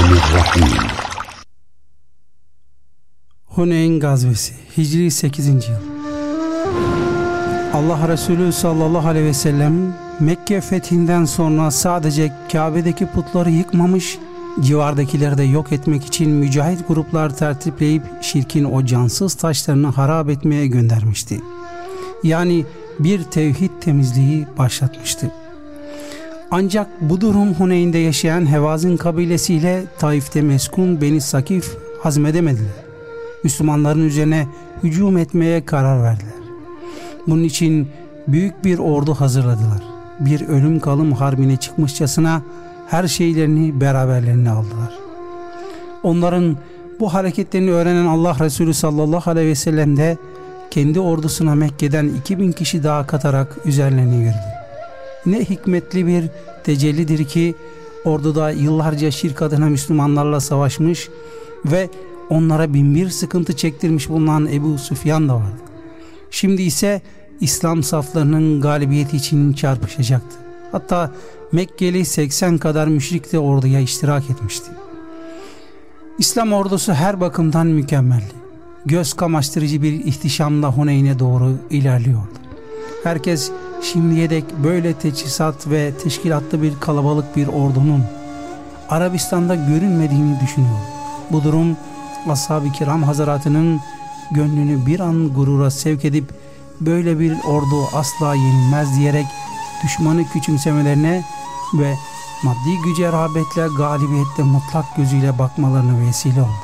Bismillahirrahmanirrahim. Huneyn Gazvesi Hicri 8. yıl. Allah Resulü sallallahu aleyhi ve sellem Mekke fethinden sonra sadece Kabe'deki putları yıkmamış, civardakileri de yok etmek için mücahit gruplar tertipleyip şirkin o cansız taşlarını harap etmeye göndermişti. Yani bir tevhid temizliği başlatmıştı. Ancak bu durum Huneyn'de yaşayan Hevazin kabilesiyle Taif'te meskun Beni Sakif hazmedemediler. Müslümanların üzerine hücum etmeye karar verdiler. Bunun için büyük bir ordu hazırladılar. Bir ölüm kalım harbine çıkmışçasına her şeylerini beraberlerine aldılar. Onların bu hareketlerini öğrenen Allah Resulü sallallahu aleyhi ve sellem de kendi ordusuna Mekke'den 2000 kişi daha katarak üzerlerine yürüdü. Ne hikmetli bir tecellidir ki orduda yıllarca şirk adına Müslümanlarla savaşmış ve onlara binbir sıkıntı çektirmiş bulunan Ebu Süfyan da vardı. Şimdi ise İslam saflarının galibiyeti için çarpışacaktı. Hatta Mekkeli 80 kadar müşrik de orduya iştirak etmişti. İslam ordusu her bakımdan mükemmeldi. Göz kamaştırıcı bir ihtişamla Huneyn'e doğru ilerliyordu. Herkes şimdiye dek böyle teçhizat ve teşkilatlı bir kalabalık bir ordunun Arabistan'da görünmediğini düşünüyor. Bu durum Ashab-ı Kiram Hazaratı'nın gönlünü bir an gurura sevk edip böyle bir ordu asla yenilmez diyerek düşmanı küçümsemelerine ve maddi güce rağbetle galibiyette mutlak gözüyle bakmalarına vesile oldu.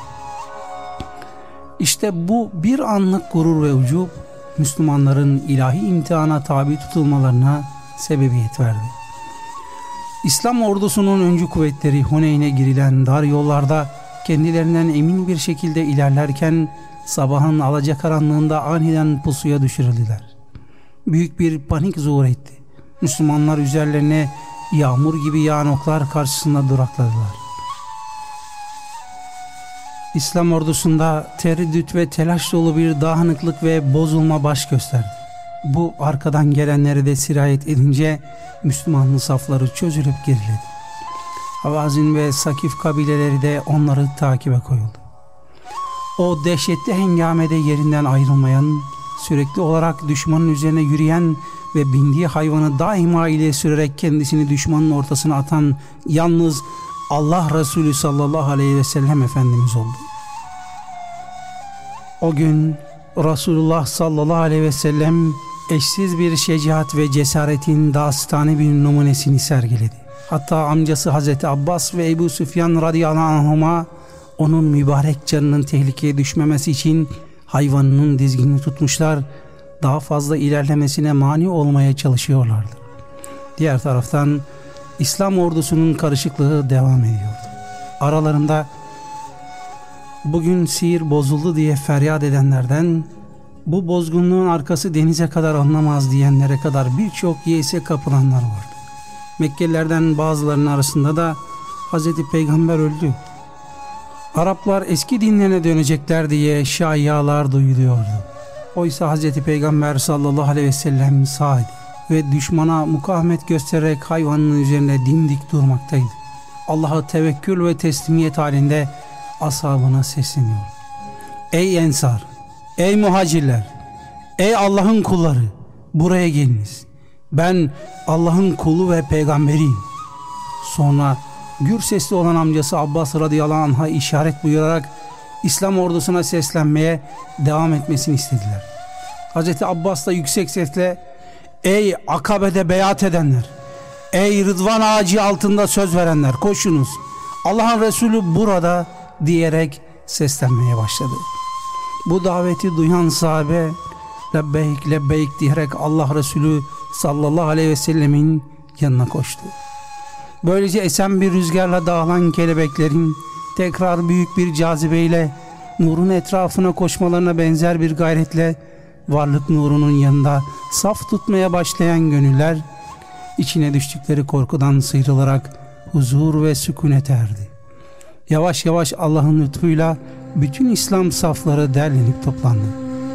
İşte bu bir anlık gurur ve ucub Müslümanların ilahi imtihana tabi tutulmalarına sebebiyet verdi. İslam ordusunun öncü kuvvetleri Huneyn'e girilen dar yollarda kendilerinden emin bir şekilde ilerlerken sabahın alacakaranlığında aniden pusuya düşürüldüler. Büyük bir panik zuhur etti. Müslümanlar üzerlerine yağmur gibi yağan oklar karşısında durakladılar. İslam ordusunda tereddüt ve telaş dolu bir dağınıklık ve bozulma baş gösterdi. Bu arkadan gelenleri de sirayet edince Müslümanlı safları çözülüp geriledi. Havazin ve Sakif kabileleri de onları takibe koyuldu. O dehşetli hengamede yerinden ayrılmayan, sürekli olarak düşmanın üzerine yürüyen ve bindiği hayvanı daima ile sürerek kendisini düşmanın ortasına atan yalnız Allah Resulü sallallahu aleyhi ve sellem Efendimiz oldu. O gün Resulullah sallallahu aleyhi ve sellem eşsiz bir şecaat ve cesaretin dastani bir numunesini sergiledi. Hatta amcası Hazreti Abbas ve Ebu Süfyan radıyallahu anhuma onun mübarek canının tehlikeye düşmemesi için hayvanının dizginini tutmuşlar, daha fazla ilerlemesine mani olmaya çalışıyorlardı. Diğer taraftan İslam ordusunun karışıklığı devam ediyordu. Aralarında bugün sihir bozuldu diye feryat edenlerden, bu bozgunluğun arkası denize kadar anlamaz diyenlere kadar birçok yeyse kapılanlar vardı. Mekkelilerden bazılarının arasında da Hazreti Peygamber öldü, Araplar eski dinlerine dönecekler diye şaiyalar duyuluyordu. Oysa Hazreti Peygamber sallallahu aleyhi ve sellem sağ ve düşmana mukavemet göstererek hayvanın üzerine dimdik durmaktaydı. Allah'a tevekkül ve teslimiyet halinde ashabına sesleniyor. Ey ensar, ey muhacirler, ey Allah'ın kulları, buraya geliniz. Ben Allah'ın kulu ve peygamberiyim. Sonra gür sesli olan amcası Abbas radıyallahu anh'a işaret buyurarak İslam ordusuna seslenmeye devam etmesini istediler. Hazreti Abbas da yüksek sesle ey Akabe'de beyat edenler, ey Rıdvan ağacı altında söz verenler, koşunuz, Allah'ın Resulü burada diyerek seslenmeye başladı. Bu daveti duyan sahabe lebbeyk lebbeyk diyerek Allah Resulü sallallahu aleyhi ve sellemin yanına koştu. Böylece esen bir rüzgarla dağılan kelebeklerin tekrar büyük bir cazibeyle nurun etrafına koşmalarına benzer bir gayretle varlık nurunun yanında saf tutmaya başlayan gönüller içine düştükleri korkudan sıyrılarak huzur ve sükunete erdi. Yavaş yavaş Allah'ın lütfuyla bütün İslam safları derlenip toplandı.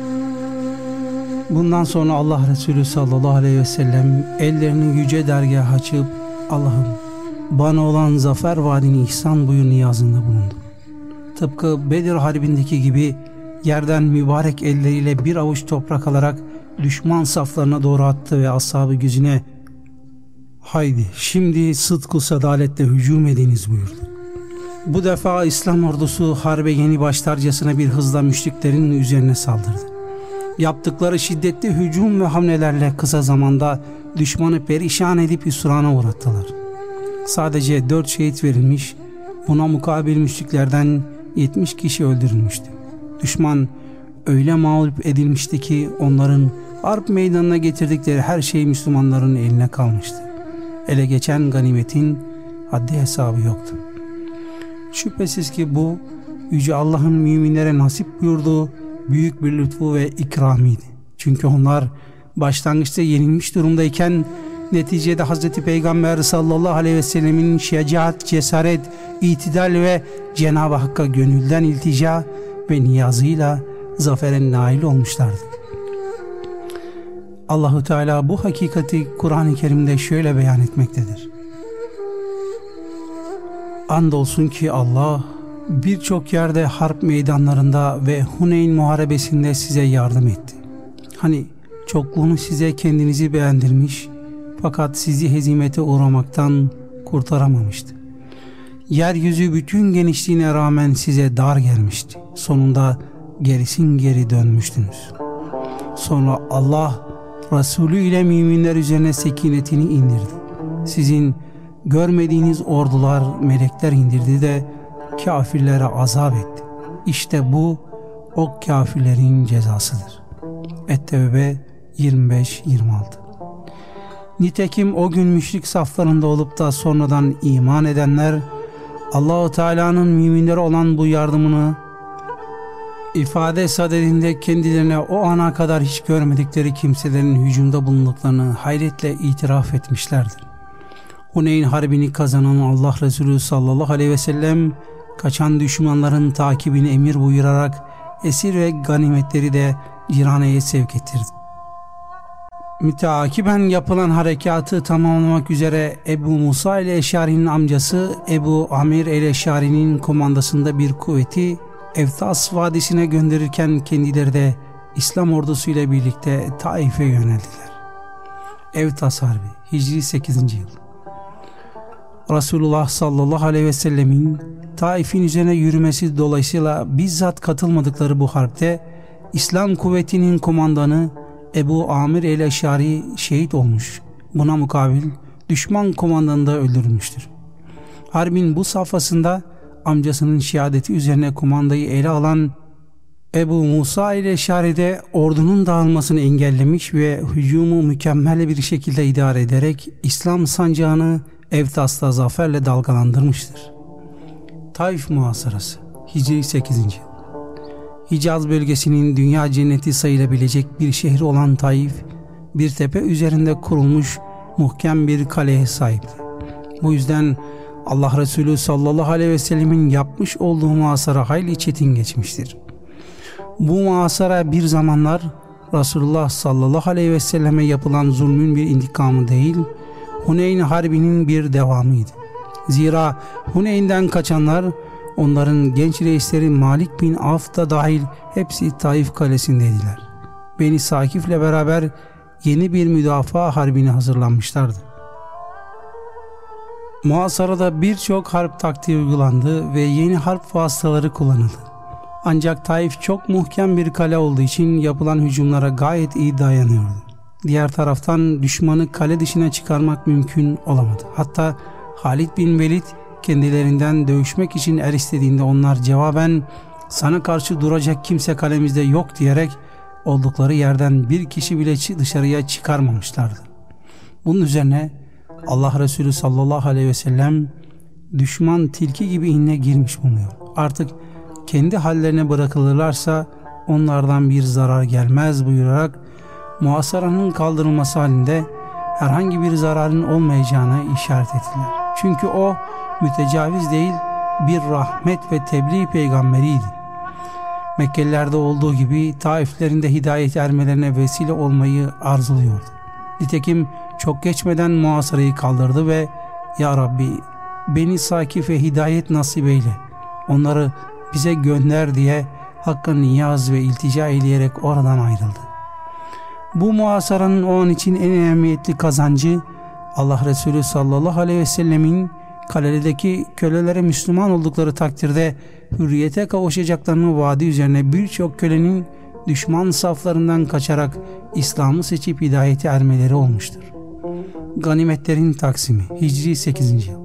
Bundan sonra Allah Resulü sallallahu aleyhi ve sellem ellerini yüce dergaha açıp Allah'ım bana olan zafer vaadini ihsan buyur niyazında bulundu. Tıpkı Bedir Harbi'ndeki gibi yerden mübarek elleriyle bir avuç toprak alarak düşman saflarına doğru attı ve ashabı gücüne "Haydi şimdi sıdk-ı sadaletle hücum ediniz" buyurdu. Bu defa İslam ordusu harbe yeni başlarcasına bir hızla müşriklerin üzerine saldırdı. Yaptıkları şiddetli hücum ve hamlelerle kısa zamanda düşmanı perişan edip hüsrana uğrattılar. Sadece 4 şehit verilmiş, buna mukabil müşriklerden 70 kişi öldürülmüştü. Düşman öyle mağlup edilmişti ki onların harp meydanına getirdikleri her şey Müslümanların eline kalmıştı. Ele geçen ganimetin haddi hesabı yoktu. Şüphesiz ki bu Yüce Allah'ın müminlere nasip buyurduğu büyük bir lütfu ve ikramıydı. Çünkü onlar başlangıçta yenilmiş durumdayken neticede Hz. Peygamber sallallahu aleyhi ve sellemin şecaat, cesaret, itidal ve Cenab-ı Hakk'a gönülden iltica ve niyazıyla zafere nail olmuşlardı. Allahu Teala bu hakikati Kur'an-ı Kerim'de şöyle beyan etmektedir. Andolsun ki Allah birçok yerde harp meydanlarında ve Huneyn muharebesinde size yardım etti. Hani çokluğunu size kendinizi beğendirmiş fakat sizi hezimete uğramaktan kurtaramamıştı. Yeryüzü bütün genişliğine rağmen size dar gelmişti. Sonunda gerisin geri dönmüştünüz. Sonra Allah Resulü ile müminler üzerine sekinetini indirdi. Sizin görmediğiniz ordular, melekler indirdi de kafirlere azap etti. İşte bu o kafirlerin cezasıdır. Et-Tevbe 25-26. Nitekim o gün müşrik saflarında olup da sonradan iman edenler Allah-u Teala'nın müminlere olan bu yardımını ifade sadedinde kendilerine o ana kadar hiç görmedikleri kimselerin hücumda bulunduklarını hayretle itiraf etmişlerdir. Huneyn Harbi'ni kazanan Allah Resulü sallallahu aleyhi ve sellem kaçan düşmanların takibini emir buyurarak esir ve ganimetleri de Cirane'ye sevk ettirdi. Müteakiben yapılan harekatı tamamlamak üzere Ebu Musa el-Eşari'nin amcası Ebu Amir el-Eşari'nin komandasında bir kuvveti Evtas Vadisi'ne gönderirken kendileri de İslam ordusu ile birlikte Taif'e yöneldiler. Evtas Harbi Hicri 8. yıl. Resulullah sallallahu aleyhi ve sellemin Taif'in üzerine yürümesi dolayısıyla bizzat katılmadıkları bu harpte İslam kuvvetinin komandanı Ebu Amir el-Eşari şehit olmuş. Buna mukabil düşman komandanı da öldürülmüştür. Harbin bu safhasında amcasının şehadeti üzerine kumandayı ele alan Ebu Musa el-Eşari de ordunun dağılmasını engellemiş ve hücumu mükemmel bir şekilde idare ederek İslam sancağını Evtas'ta zaferle dalgalandırmıştır. Taif muhasarası Hicri 8. yıl. Hicaz bölgesinin dünya cenneti sayılabilecek bir şehri olan Taif, bir tepe üzerinde kurulmuş muhkem bir kaleye sahipti. Bu yüzden Allah Resulü sallallahu aleyhi ve sellemin yapmış olduğu muhasara hayli çetin geçmiştir. Bu muhasara bir zamanlar Resulullah sallallahu aleyhi ve selleme yapılan zulmün bir intikamı değil, Huneyn Harbi'nin bir devamıydı. Zira Huneyn'den kaçanlar, onların genç reisleri Malik bin Avf da dahil hepsi Taif kalesindeydiler. Beni Sakif'le beraber yeni bir müdafaa harbine hazırlanmışlardı. Muhasarada birçok harp taktiği uygulandı ve yeni harp vasıtaları kullanıldı. Ancak Taif çok muhkem bir kale olduğu için yapılan hücumlara gayet iyi dayanıyordu. Diğer taraftan düşmanı kale dışına çıkarmak mümkün olamadı. Hatta Halid bin Velid kendilerinden dövüşmek için er istediğinde onlar cevaben "Sana karşı duracak kimse kalemizde yok" diyerek oldukları yerden bir kişi bile dışarıya çıkarmamışlardı. Bunun üzerine Allah Resulü sallallahu aleyhi ve sellem düşman tilki gibi inine girmiş bulunuyor. Artık kendi hallerine bırakılırlarsa onlardan bir zarar gelmez buyurarak muhasaranın kaldırılması halinde herhangi bir zararın olmayacağına işaret ettiler. Çünkü o mütecaviz değil, bir rahmet ve tebliğ peygamberiydi. Mekkelilerde olduğu gibi Taiflerin de hidayet ermelerine vesile olmayı arzuluyordu. Nitekim çok geçmeden muhasarayı kaldırdı ve "Ya Rabbi, Beni Sakif'e hidayet nasip eyle, onları bize gönder diye Hakk'a niyaz ve iltica eyleyerek oradan ayrıldı. Bu muhasaranın o an için en önemli kazancı, Allah Resulü sallallahu aleyhi ve sellemin kaledeki kölelere Müslüman oldukları takdirde hürriyete kavuşacaklarını vaadi üzerine birçok kölenin düşman saflarından kaçarak İslam'ı seçip hidayete ermeleri olmuştur. Ganimetlerin taksimi Hicri 8. yıl.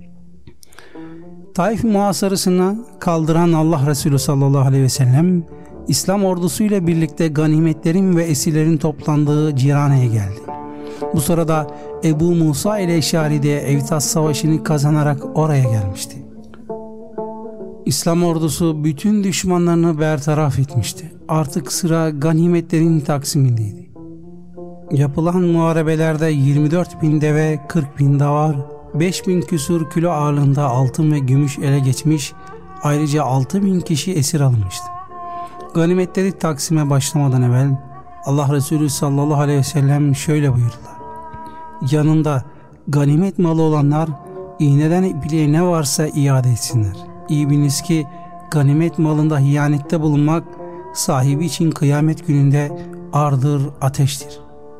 Taif muhasarasını kaldıran Allah Resulü sallallahu aleyhi ve sellem İslam ordusuyla birlikte ganimetlerin ve esirlerin toplandığı Cirane'ye geldi. Bu sırada Ebu Musa ile Eşari de Evtas Savaşı'nı kazanarak oraya gelmişti. İslam ordusu bütün düşmanlarını bertaraf etmişti. Artık sıra ganimetlerin taksimindeydi. Yapılan muharebelerde 24.000 deve, 40.000 davar, 5.000 küsur kilo ağırlığında altın ve gümüş ele geçmiş, ayrıca 6.000 kişi esir alınmıştı. Ganimetleri taksime başlamadan evvel Allah Resulü sallallahu aleyhi ve sellem şöyle buyurdular: yanında ganimet malı olanlar iğneden ipliğe ne varsa iade etsinler. İyi biliniz ki ganimet malında hiyanette bulunmak sahibi için kıyamet gününde ardır, ateştir.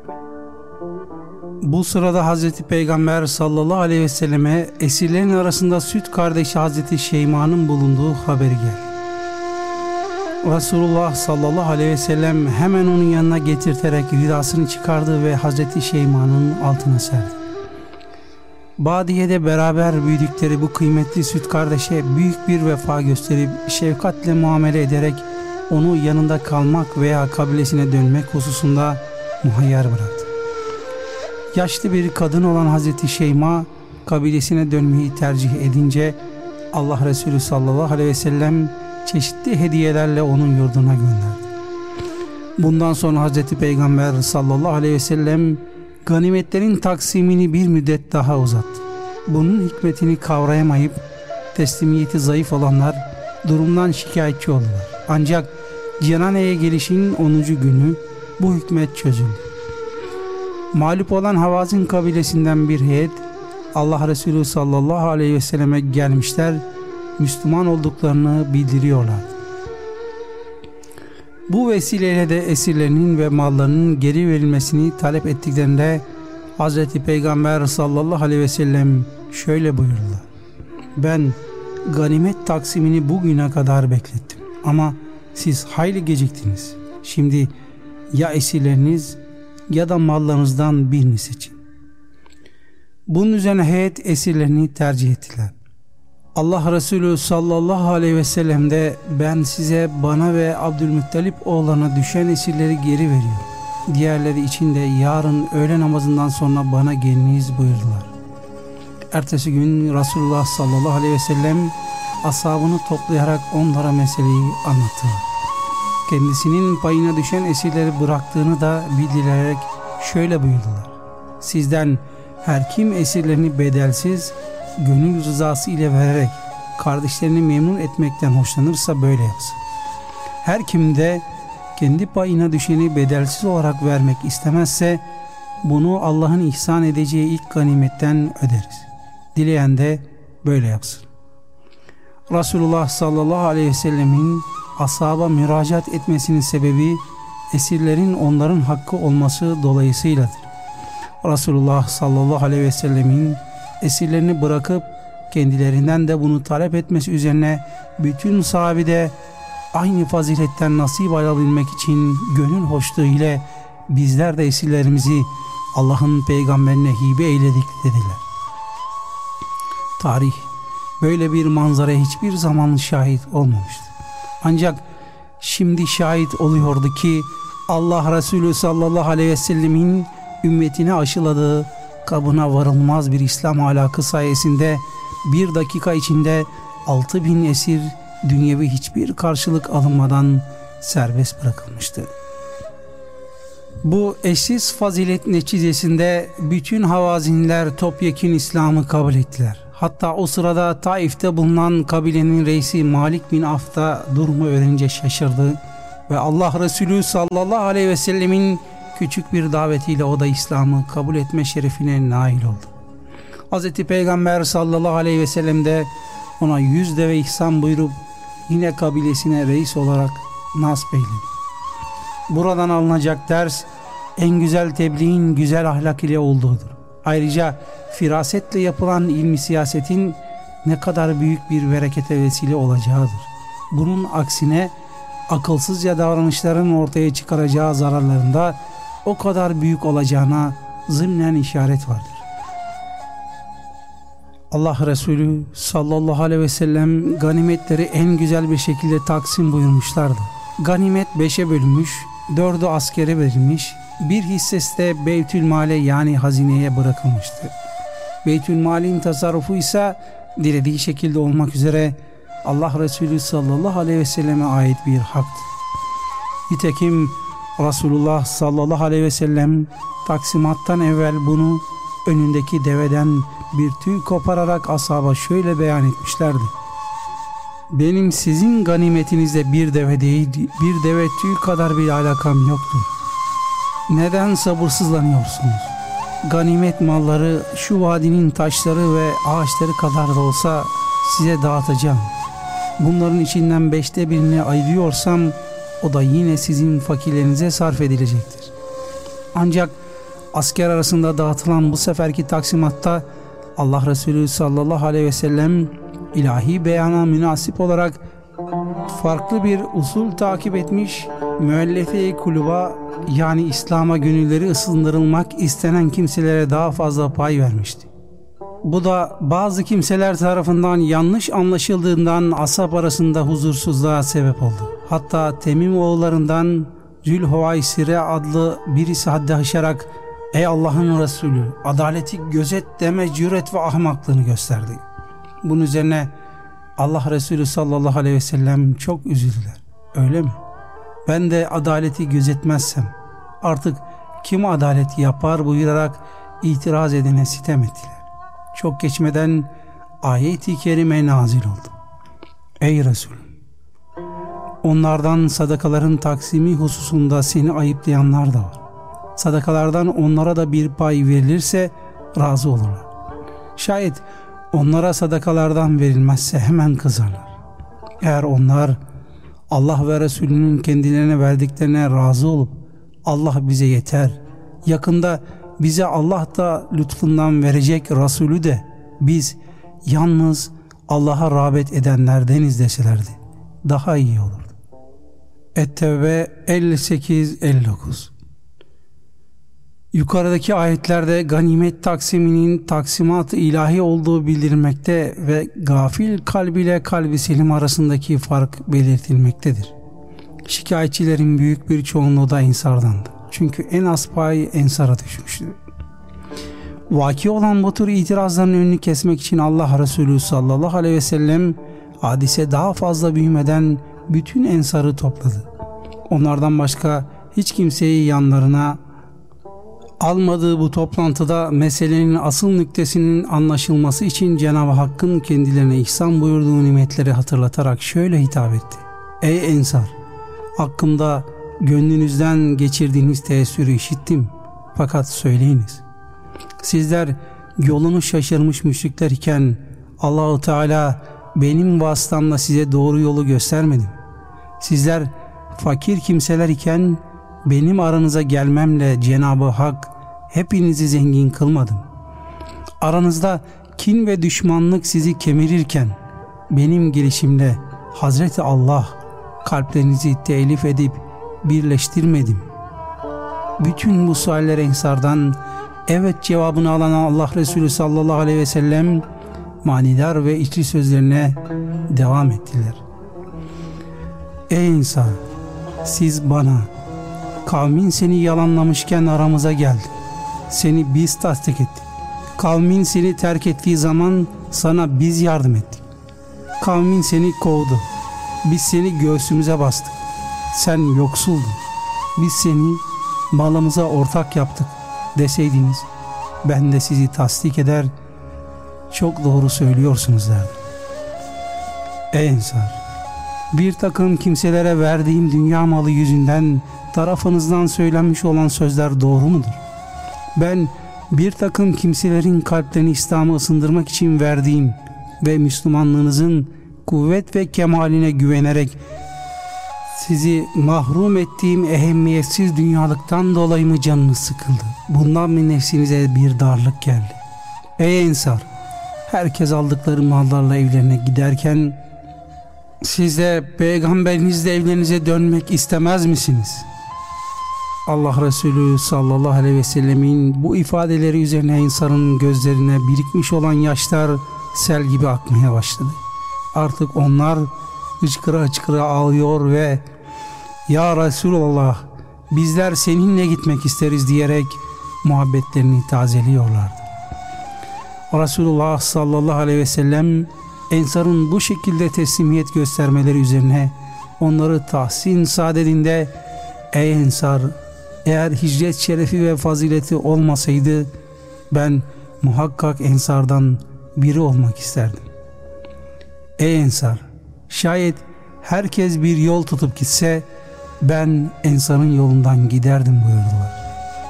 Bu sırada Hazreti Peygamber sallallahu aleyhi ve selleme esirlerin arasında süt kardeşi Hazreti Şeyma'nın bulunduğu haberi geldi. Resulullah sallallahu aleyhi ve sellem hemen onun yanına getirterek ridasını çıkardı ve Hazreti Şeyma'nın altına serdi. Badiye'de beraber büyüdükleri bu kıymetli süt kardeşe büyük bir vefa gösterip şefkatle muamele ederek onu yanında kalmak veya kabilesine dönmek hususunda muhayyer bıraktı. Yaşlı bir kadın olan Hazreti Şeyma kabilesine dönmeyi tercih edince Allah Resulü sallallahu aleyhi ve sellem çeşitli hediyelerle onun yurduna gönderdi. Bundan sonra Hazreti Peygamber sallallahu aleyhi ve sellem ganimetlerin taksimini bir müddet daha uzattı. Bunun hikmetini kavrayamayıp teslimiyeti zayıf olanlar durumdan şikayetçi oldular. Ancak Cirane'ye gelişin 10. günü bu hükmet çözüldü. Mağlup olan Havazin kabilesinden bir heyet Allah Resulü sallallahu aleyhi ve selleme gelmişler, Müslüman olduklarını bildiriyorlardı. Bu vesileyle de esirlerinin ve mallarının geri verilmesini talep ettiklerinde Hazreti Peygamber sallallahu aleyhi ve sellem şöyle buyurdular: ben ganimet taksimini bugüne kadar beklettim ama siz hayli geciktiniz. Şimdi ya esirleriniz ya da mallarınızdan birini seçin. Bunun üzerine heyet esirlerini tercih ettiler. Allah Resulü sallallahu aleyhi ve sellem de ben size bana ve Abdülmuttalip oğlana düşen esirleri geri veriyorum. Diğerleri için de yarın öğle namazından sonra bana geliniz buyurdular. Ertesi gün Resulullah sallallahu aleyhi ve sellem ashabını toplayarak onlara meseleyi anlattı. Kendisinin payına düşen esirleri bıraktığını da bildirerek şöyle buyurdular: sizden her kim esirlerini bedelsiz, gönül rızası ile vererek kardeşlerini memnun etmekten hoşlanırsa böyle yapsın. Her kim de kendi payına düşeni bedelsiz olarak vermek istemezse bunu Allah'ın ihsan edeceği ilk ganimetten öderiz. Dileyen de böyle yapsın. Resulullah sallallahu aleyhi ve sellemin ashaba müracaat etmesinin sebebi esirlerin onların hakkı olması dolayısıyladır. Resulullah sallallahu aleyhi ve sellemin esirlerini bırakıp kendilerinden de bunu talep etmesi üzerine bütün sahabe de aynı faziletten nasip alabilmek için gönül hoşluğu ile bizler de esirlerimizi Allah'ın peygamberine hibe eyledik dediler. Tarih böyle bir manzaraya hiçbir zaman şahit olmamıştı. Ancak şimdi şahit oluyordu ki Allah Resulü sallallahu aleyhi ve sellemin ümmetine aşıladığı kabına varılmaz bir İslam ahlakı sayesinde bir dakika içinde 6.000 esir dünyevi hiçbir karşılık alınmadan serbest bırakılmıştı. Bu eşsiz fazilet neticesinde bütün Havazinler topyekün İslam'ı kabul ettiler. Hatta o sırada Taif'te bulunan kabilenin reisi Malik bin Af da durumu öğrenince şaşırdı ve Allah Resulü sallallahu aleyhi ve sellemin küçük bir davetiyle o da İslam'ı kabul etme şerefine nail oldu. Hz. Peygamber sallallahu aleyhi ve sellem de ona 100 deve ihsan buyurup yine kabilesine reis olarak nasip eyledi. Buradan alınacak ders en güzel tebliğin güzel ahlak ile olduğudur. Ayrıca firasetle yapılan ilmi siyasetin ne kadar büyük bir berekete vesile olacağıdır. Bunun aksine akılsızca davranışların ortaya çıkaracağı zararlarında o kadar büyük olacağına zımnen işaret vardır. Allah Resulü sallallahu aleyhi ve sellem ganimetleri en güzel bir şekilde taksim buyurmuşlardı. Ganimet 5'e bölünmüş, 4'ü askere verilmiş, bir hissesi de Beytülmal'e yani hazineye bırakılmıştı. Beytülmal'in tasarrufu ise dilediği şekilde olmak üzere Allah Resulü sallallahu aleyhi ve selleme ait bir haktı. Nitekim Resulullah sallallahu aleyhi ve sellem taksimattan evvel bunu önündeki deveden bir tüy kopararak ashaba şöyle beyan etmişlerdi. Benim sizin ganimetinizde bir deve değil, bir deve tüy kadar bir alakam yoktur. Neden sabırsızlanıyorsunuz? Ganimet malları şu vadinin taşları ve ağaçları kadar da olsa size dağıtacağım. Bunların içinden 5'te 1'ini ayırıyorsam o da yine sizin fakirlerinize sarf edilecektir. Ancak asker arasında dağıtılan bu seferki taksimatta Allah Resulü sallallahu aleyhi ve sellem ilahi beyana münasip olarak farklı bir usul takip etmiş, müellefe-i kuluba yani İslam'a gönülleri ısındırılmak istenen kimselere daha fazla pay vermişti. Bu da bazı kimseler tarafından yanlış anlaşıldığından ashab arasında huzursuzluğa sebep oldu. Hatta Temim oğullarından Zülhuvaysire adlı birisi haddi aşarak "Ey Allah'ın Resulü, adaleti gözet" deme cüret ve ahmaklığını gösterdi. Bunun üzerine Allah Resulü sallallahu aleyhi ve sellem çok üzüldüler. Öyle mi? Ben de adaleti gözetmezsem artık kim adalet yapar buyurarak itiraz edene sitem ettiler. Çok geçmeden ayet-i kerime nazil oldu. Ey Resul! Onlardan sadakaların taksimi hususunda seni ayıplayanlar da var. Sadakalardan onlara da bir pay verilirse razı olurlar. Şayet onlara sadakalardan verilmezse hemen kızarlar. Eğer onlar Allah ve Resulünün kendilerine verdiklerine razı olup Allah bize yeter, yakında bize Allah da lütfundan verecek Resulü de biz yalnız Allah'a rağbet edenlerdeniz deselerdi daha iyi olurdu. Et-Tevbe 58-59. Yukarıdaki ayetlerde ganimet taksiminin taksimat-ı ilahi olduğu bildirilmekte ve gafil kalb ile kalbi selim arasındaki fark belirtilmektedir. Şikayetçilerin büyük bir çoğunluğu da ensardandı. Çünkü en az pay ensara düşmüştü. Vaki olan bu tür itirazların önünü kesmek için Allah Resulü sallallahu aleyhi ve sellem hadise daha fazla büyümeden bütün ensarı topladı. Onlardan başka hiç kimseyi yanlarına almadığı bu toplantıda meselenin asıl nüktesinin anlaşılması için Cenab-ı Hakk'ın kendilerine ihsan buyurduğu nimetleri hatırlatarak şöyle hitap etti. Ey ensar! Hakkımda gönlünüzden geçirdiğiniz teessürü işittim. Fakat söyleyiniz. Sizler yolunu şaşırmış müşrikler iken Allah-u Teala benim vasıtamla size doğru yolu göstermedim. Sizler fakir kimseler iken benim aranıza gelmemle Cenab-ı Hak hepinizi zengin kılmadım. Aranızda kin ve düşmanlık sizi kemirirken benim gelişimle Hazreti Allah kalplerinizi telif edip birleştirmedim. Bütün bu sualler ensardan evet cevabını alan Allah Resulü sallallahu aleyhi ve sellem manidar ve içli sözlerine devam ettiler. Ey insan! Siz bana kavmin seni yalanlamışken aramıza geldi. Seni biz tasdik ettik. Kavmin seni terk ettiği zaman sana biz yardım ettik. Kavmin seni kovdu. Biz seni göğsümüze bastık. Sen yoksuldun. Biz seni malımıza ortak yaptık deseydiniz ben de sizi tasdik eder, çok doğru söylüyorsunuz derdim. Ey ensar! Bir takım kimselere verdiğim dünya malı yüzünden tarafınızdan söylenmiş olan sözler doğru mudur? Ben bir takım kimselerin kalplerini İslam'a ısındırmak için verdiğim ve Müslümanlığınızın kuvvet ve kemaline güvenerek sizi mahrum ettiğim ehemmiyetsiz dünyalıktan dolayı mı canınız sıkıldı? Bundan mı nefsinize bir darlık geldi? Ey Ensar! Herkes aldıkları mallarla evlerine giderken siz de peygamberinizle evlerinize dönmek istemez misiniz? Allah Resulü sallallahu aleyhi ve sellemin bu ifadeleri üzerine Ensar'ın gözlerine birikmiş olan yaşlar sel gibi akmaya başladı. Artık onlar hıçkıra hıçkıra ağlıyor ve "Ya Resulallah, bizler seninle gitmek isteriz" diyerek muhabbetlerini tazeliyorlardı. Resulullah sallallahu aleyhi ve sellem Ensar'ın bu şekilde teslimiyet göstermeleri üzerine onları tahsin saadetinde "Ey Ensar, eğer hicret şerefi ve fazileti olmasaydı ben muhakkak Ensar'dan biri olmak isterdim. Ey Ensar, şayet herkes bir yol tutup gitse ben Ensar'ın yolundan giderdim" buyurdular.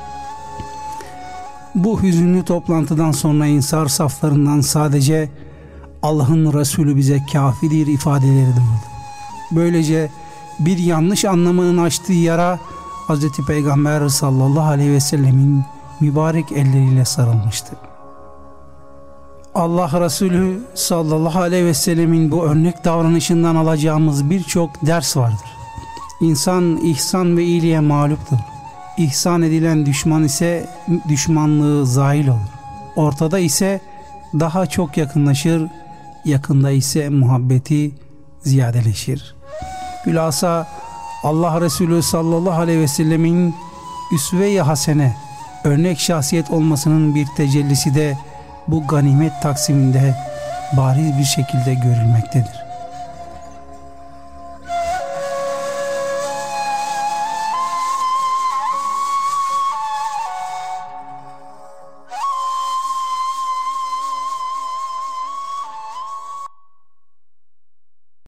Bu hüzünlü toplantıdan sonra Ensar saflarından sadece "Allah'ın Resulü bize kafidir" ifadeleri duyuldu. Böylece bir yanlış anlamanın açtığı yara Hz. Peygamber sallallahu aleyhi ve sellemin mübarek elleriyle sarılmıştı. Allah Resulü sallallahu aleyhi ve sellemin bu örnek davranışından alacağımız birçok ders vardır. İnsan ihsan ve iyiliğe mağluptur. İhsan edilen düşman ise düşmanlığı zahil olur. Ortada ise daha çok yakınlaşır, yakında ise muhabbeti ziyadeleşir. Hülasa Allah Resulü sallallahu aleyhi ve sellemin üsve-i hasene, örnek şahsiyet olmasının bir tecellisi de bu ganimet taksiminde bariz bir şekilde görülmektedir.